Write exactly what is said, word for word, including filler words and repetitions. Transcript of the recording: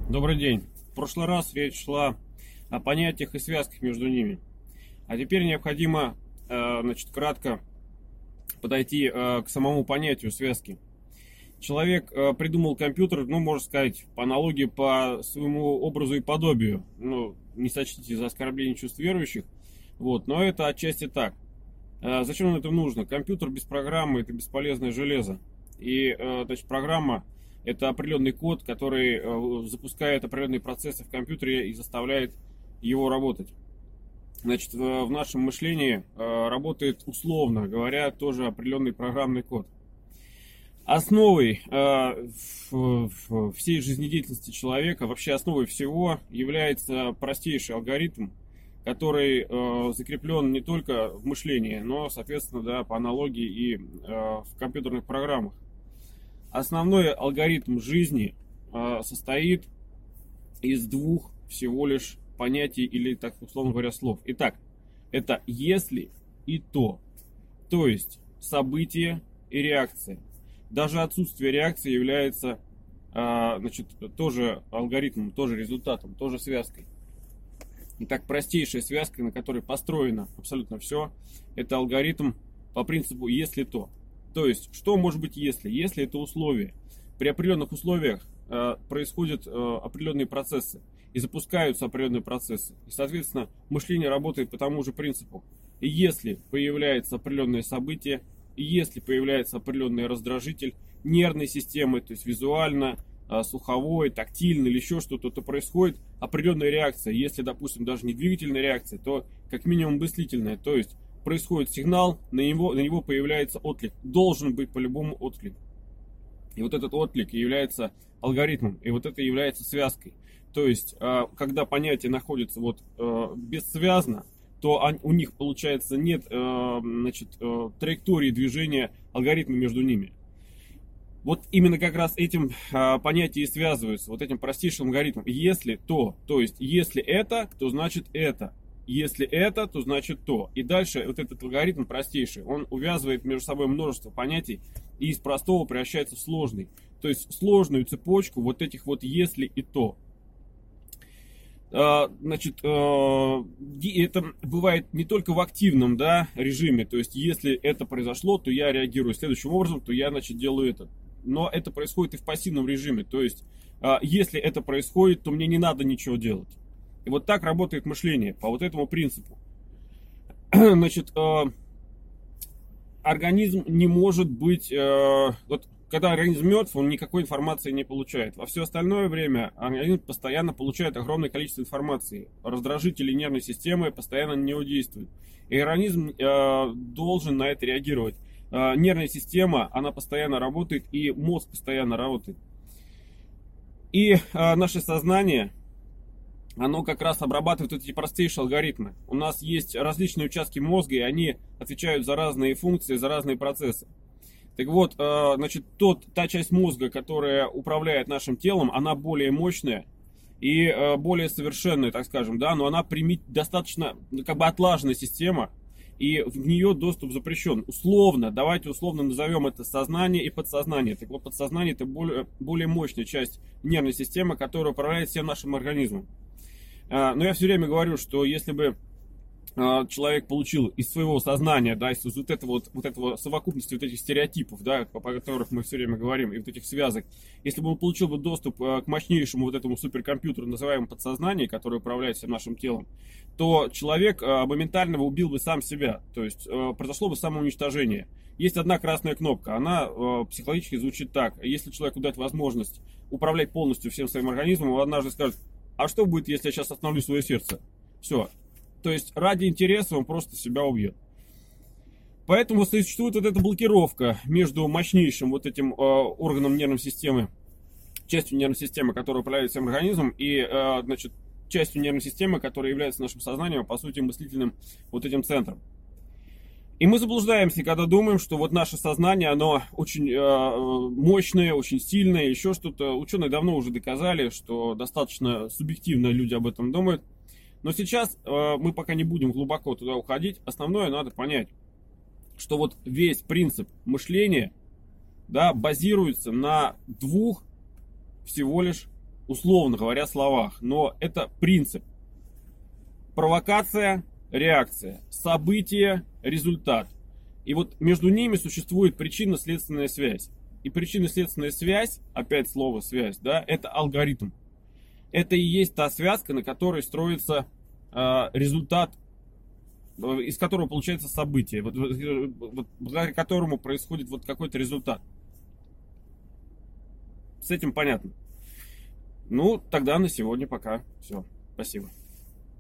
Добрый день. В прошлый раз речь шла о понятиях и связках между ними. А теперь необходимо, э, значит, кратко подойти э, к самому понятию связки. Человек э, придумал компьютер, ну, можно сказать, по аналогии по своему образу и подобию. Ну, не сочтите за оскорбление чувств верующих. Вот, но это отчасти так. Э, зачем нам это нужно? Компьютер без программы — это бесполезное железо. И, э, значит, программа — это определенный код, который э, запускает определенные процессы в компьютере и заставляет его работать. Значит, в, в нашем мышлении э, работает, условно говоря, тоже определенный программный код. Основой э, в, в всей жизнедеятельности человека, вообще основой всего, является простейший алгоритм, который э, закреплен не только в мышлении, но, соответственно, да, по аналогии и э, в компьютерных программах. Основной алгоритм жизни э, состоит из двух всего лишь понятий или, так условно говоря, слов. Итак, это «если» и «то». То есть событие и реакция. Даже отсутствие реакции является э, значит, тоже алгоритмом, тоже результатом, тоже связкой. Итак, простейшая связка, на которой построено абсолютно все, это алгоритм по принципу «если то». То есть, что может быть если? Если это условие. При определенных условиях э, происходят э, определенные процессы и запускаются определенные процессы. И, соответственно, мышление работает по тому же принципу. И если появляется определенное событие, и если появляется определенный раздражитель нервной системы, то есть визуально, э, слуховой, тактильный или еще что-то, то происходит определенная реакция. Если, допустим, даже не двигательная реакция, то как минимум мыслительная. То есть происходит сигнал, на него, на него появляется отклик. Должен быть по-любому отклик. И вот этот отклик является алгоритмом, и вот это является связкой. То есть, когда понятия находятся вот бессвязно, то у них, получается, нет, значит, траектории движения алгоритма между ними. Вот именно как раз этим понятия и связываются, вот этим простейшим алгоритмом. Если то, то есть, если это, то значит это. Если это, то значит то. И дальше вот этот алгоритм простейший, он увязывает между собой множество понятий и из простого превращается в сложный. То есть сложную цепочку вот этих вот если и то. Значит, это бывает не только в активном, да, режиме. То есть если это произошло, то я реагирую следующим образом, то я, значит, делаю это. Но это происходит и в пассивном режиме. То есть если это происходит, то мне не надо ничего делать. И вот так работает мышление, по вот этому принципу. Значит, э, организм не может быть... Э, вот, когда организм мертв, он никакой информации не получает. Во все остальное время организм постоянно получает огромное количество информации. Раздражители нервной системы постоянно на него действуют. И организм э, должен на это реагировать. Э, нервная система, она постоянно работает, и мозг постоянно работает. И э, наше сознание... оно как раз обрабатывает эти простейшие алгоритмы. У нас есть различные участки мозга, и они отвечают за разные функции, за разные процессы. Так вот, значит, тот, та часть мозга, которая управляет нашим телом, она более мощная и более совершенная, так скажем, да, но она примет достаточно, как бы, отлаженная система, и в нее доступ запрещен. Условно, давайте условно назовем это сознание и подсознание. Так вот, подсознание — это более, более мощная часть нервной системы, которая управляет всем нашим организмом. Но я все время говорю, что если бы человек получил из своего сознания, да, из вот этого, вот, вот этого совокупности вот этих стереотипов, да, по которых мы все время говорим, и вот этих связок, если бы он получил бы доступ к мощнейшему вот этому суперкомпьютеру, называемому подсознание, которое управляет всем нашим телом, то человек моментально убил бы сам себя, то есть произошло бы самоуничтожение. Есть одна красная кнопка, она психологически звучит так: если человеку дать возможность управлять полностью всем своим организмом, он однажды скажет: а что будет, если я сейчас остановлю свое сердце? Все. То есть ради интереса он просто себя убьет. Поэтому существует вот эта блокировка между мощнейшим вот этим э, органом нервной системы, частью нервной системы, которая управляет всем организмом, и э, значит, частью нервной системы, которая является нашим сознанием, по сути, мыслительным вот этим центром. И мы заблуждаемся, когда думаем, что вот наше сознание, оно очень э, мощное, очень сильное, еще что-то. Ученые давно уже доказали, что достаточно субъективно люди об этом думают. Но сейчас э, мы пока не будем глубоко туда уходить. Основное надо понять, что вот весь принцип мышления, да, базируется на двух всего лишь условно говоря, словах, но это принцип. Провокация, реакция, событие, результат. И вот между ними существует причинно-следственная связь. И причинно-следственная связь, опять слово связь, да, это алгоритм. Это и есть та связка, на которой строится э, результат, из которого получается событие, вот, вот, благодаря которому происходит вот какой-то результат. С этим понятно. Ну, тогда на сегодня пока. Все. Спасибо.